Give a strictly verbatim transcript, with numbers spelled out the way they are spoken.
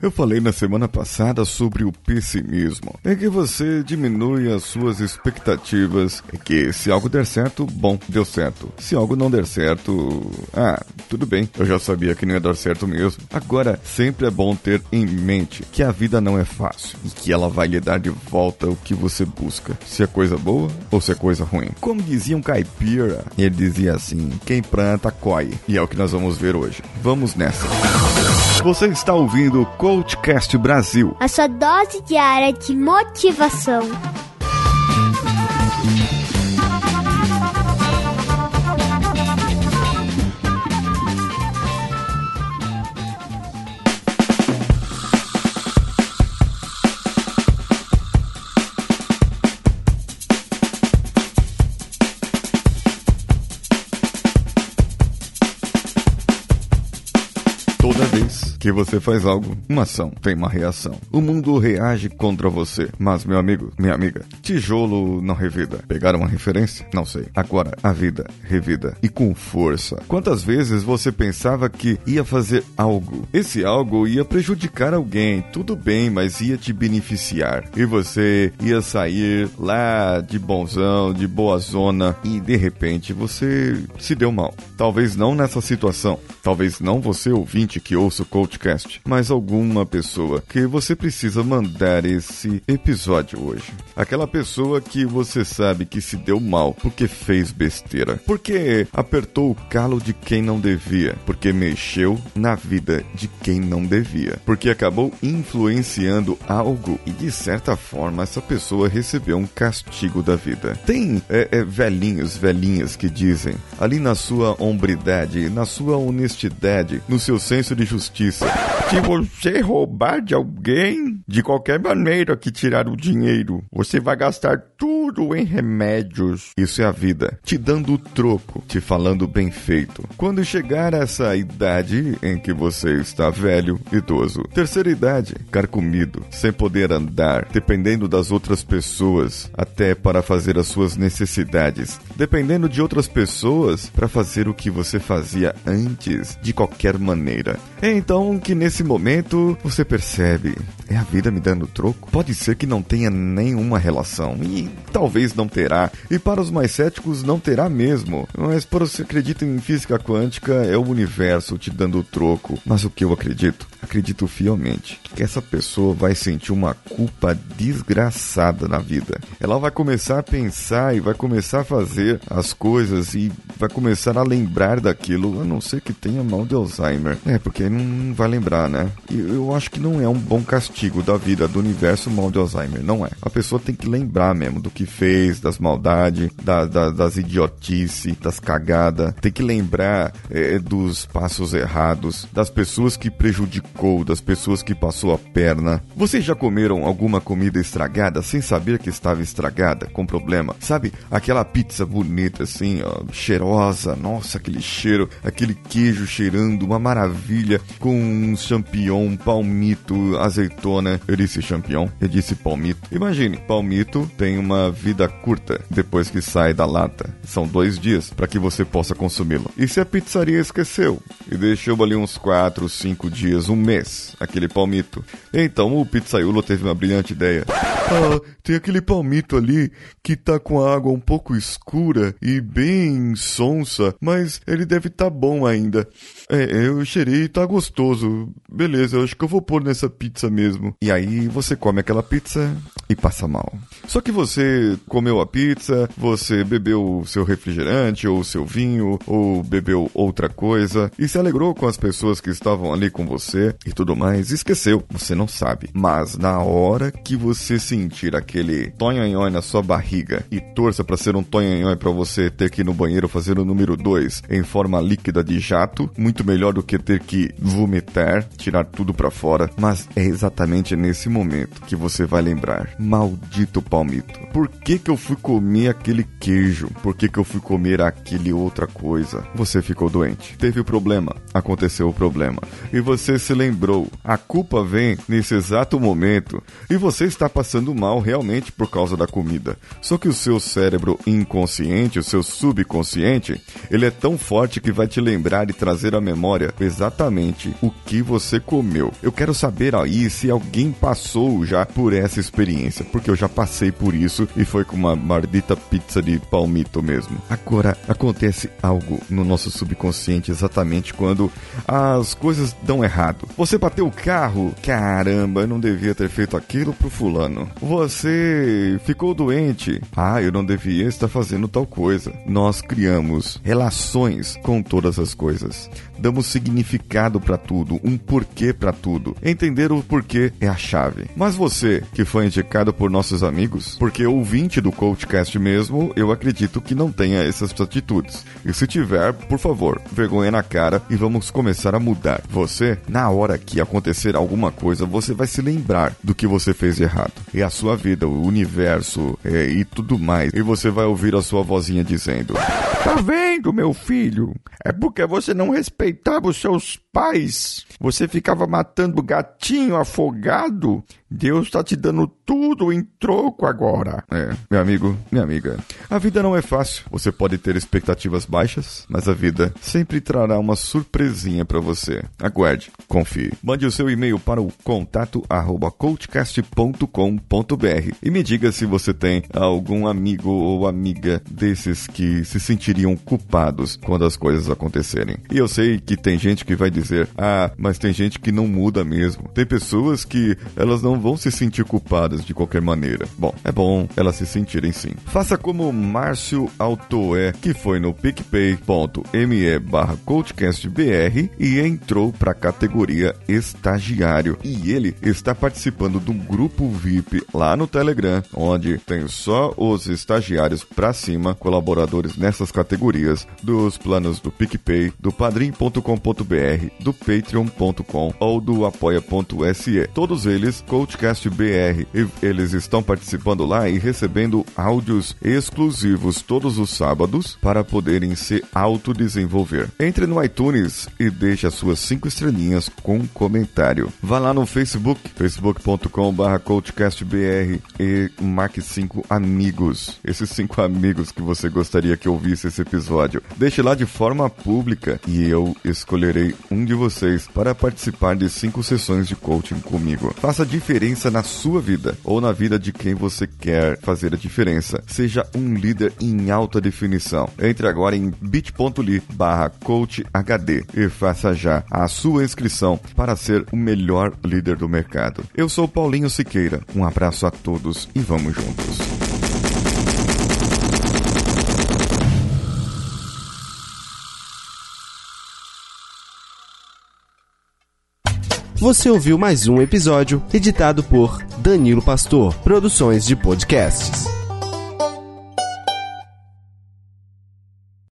Eu falei na semana passada sobre o pessimismo, em que você diminui as suas expectativas, em que se algo der certo, bom, deu certo. Se algo não der certo, ah, tudo bem, eu já sabia que não ia dar certo mesmo. Agora, sempre é bom ter em mente que a vida não é fácil e que ela vai lhe dar de volta o que você busca, se é coisa boa ou se é coisa ruim. Como dizia um caipira, ele dizia assim: quem planta, colhe. E é o que nós vamos ver hoje. Vamos nessa. Você está ouvindo o CoachCast Brasil, a sua dose diária de motivação. Toda vez que você faz algo, uma ação tem uma reação. O mundo reage contra você. Mas, meu amigo, minha amiga, tijolo não revida. Pegaram uma referência? Não sei. Agora, a vida revida. E com força. Quantas vezes você pensava que ia fazer algo? Esse algo ia prejudicar alguém. Tudo bem, mas ia te beneficiar. E você ia sair lá de bonzão, de boa zona. E, de repente, você se deu mal. Talvez não nessa situação. Talvez não você, ouvinte, que ouça o CoachCast, mas alguma pessoa que você precisa mandar esse episódio hoje. Aquela pessoa que você sabe que se deu mal porque fez besteira, porque apertou o calo de quem não devia, porque mexeu na vida de quem não devia, porque acabou influenciando algo e de certa forma essa pessoa recebeu um castigo da vida. Tem é, é, velhinhos, velhinhas que dizem, ali na sua hombridade, na sua honestidade, no seu senso de justiça, se você roubar de alguém, de qualquer maneira que tirar o dinheiro, você vai gastar tudo em remédios. Isso é a vida, te dando o troco, te falando bem feito. Quando chegar essa idade em que você está velho, idoso, terceira idade, carcomido, sem poder andar, dependendo das outras pessoas, até para fazer as suas necessidades, dependendo de outras pessoas para fazer o que você fazia antes, de qualquer maneira. É então que nesse momento você percebe, é a vida me dando troco? Pode ser que não tenha nenhuma relação, e talvez não terá, e para os mais céticos não terá mesmo, mas para os que acreditam em física quântica é o universo te dando troco. Mas o que eu acredito? Acredito fielmente que essa pessoa vai sentir uma culpa desgraçada na vida. Ela vai começar a pensar e vai começar a fazer as coisas e vai começar a lembrar daquilo, a não ser que tenha mal de Alzheimer. É, porque não vai lembrar, né? E eu acho que não é um bom castigo da vida, do universo, mal de Alzheimer. Não é. A pessoa tem que lembrar mesmo do que fez, das maldades, da, da, das idiotices, das cagadas. Tem que lembrar é, dos passos errados, das pessoas que prejudicou, das pessoas que passou a perna. Vocês já comeram alguma comida estragada sem saber que estava estragada, com problema? Sabe, aquela pizza bonita assim, ó, cheirosa, nossa, aquele cheiro, aquele queijo cheirando, uma maravilha, com um champignon, palmito, azeitona. Eu disse champignon, eu disse palmito. Imagine, palmito tem uma vida curta depois que sai da lata. São dois dias para que você possa consumi-lo. E se a pizzaria esqueceu e deixou ali uns quatro, cinco dias, um mês, aquele palmito? Então o pizzaiolo teve uma brilhante ideia. Ah, tem aquele palmito ali que tá com a água um pouco escura e bem sonsa, mas ele deve tá bom ainda. É, eu cheirei e tá gostoso. Beleza, eu acho que eu vou pôr nessa pizza mesmo. E aí você come aquela pizza e passa mal. Só que você comeu a pizza, você bebeu o seu refrigerante ou o seu vinho, ou bebeu outra coisa, e se alegrou com as pessoas que estavam ali com você e tudo mais, esqueceu. Você não sabe. Mas na hora que você sentir aquele tonhonhon na sua barriga e torça pra ser um tonhonhon pra você ter que ir no banheiro fazer o número dois em forma líquida de jato, muito melhor do que ter que vomitar, tirar tudo pra fora. Mas é exatamente nesse momento que você vai lembrar: maldito palmito, por que que eu fui comer aquele queijo? Por que que eu fui comer aquele outra coisa? Você ficou doente, teve o problema, aconteceu o problema, e você se lembrou. A culpa vem nesse exato momento e você está passando mal realmente por causa da comida. Só que o seu cérebro inconsciente, o seu subconsciente, subconsciente, ele é tão forte que vai te lembrar e trazer à memória exatamente o que você comeu. Eu quero saber aí se alguém passou já por essa experiência, porque eu já passei por isso e foi com uma maldita pizza de palmito mesmo. Agora, acontece algo no nosso subconsciente exatamente quando as coisas dão errado. Você bateu o carro, caramba, eu não devia ter feito aquilo pro fulano. Você ficou doente, ah, eu não devia estar fazendo tal coisa. Nós criamos relações com todas as coisas. Damos significado para tudo, um porquê para tudo. Entender o porquê é a chave. Mas você, que foi indicado por nossos amigos, porque ouvinte do CoachCast mesmo, eu acredito que não tenha essas atitudes. E se tiver, por favor, vergonha na cara e vamos começar a mudar. Você, na hora que acontecer alguma coisa, você vai se lembrar do que você fez de errado. É a sua vida, o universo é, e tudo mais. E você vai ouvir a sua vozinha dizendo: tá vendo, meu filho? É porque você não respeitava os seus pais. Você ficava matando gatinho afogado. Deus tá te dando tudo em troco agora. É, meu amigo, minha amiga, a vida não é fácil. Você pode ter expectativas baixas, mas a vida sempre trará uma surpresinha pra você. Aguarde, confie. Mande o seu e-mail para o contato arroba coachcast ponto com ponto br e me diga se você tem algum amigo ou amiga desses que se sentiriam culpados quando as coisas acontecerem. E eu sei que tem gente que vai dizer: ah, mas tem gente que não muda mesmo. Tem pessoas que elas não vão se sentir culpadas de qualquer maneira. Bom, é bom elas se sentirem sim. Faça como o Márcio Altoé, que foi no picpay ponto me barra coachcastbr e entrou para a categoria estagiário. E ele está participando de um grupo V I P lá no Telegram, onde tem só os estagiários para cima, colaboradores nessas categorias, dos planos do PicPay, do padrim ponto com ponto br, do patreon ponto com ou do apoia ponto se. Todos eles, CoachCast B R, e eles estão participando lá e recebendo áudios exclusivos todos os sábados para poderem se autodesenvolver. Entre no iTunes e deixe as suas cinco estrelinhas com um comentário. Vá lá no Facebook, facebook ponto com barra coachcastbr e marque cinco amigos. Esses cinco amigos que você gostaria que ouvisse esse episódio. Deixe lá de forma pública e eu escolherei um de vocês para participar de cinco sessões de coaching comigo. Faça diferença na sua vida ou na vida de quem você quer fazer a diferença. Seja um líder em alta definição. Entre agora em bit.ly barra coachhd e faça já a sua inscrição para ser o melhor líder do mercado. Eu sou Paulinho Siqueira. Um abraço a todos e vamos juntos. Você ouviu mais um episódio editado por Danilo Pastor, Produções de Podcasts.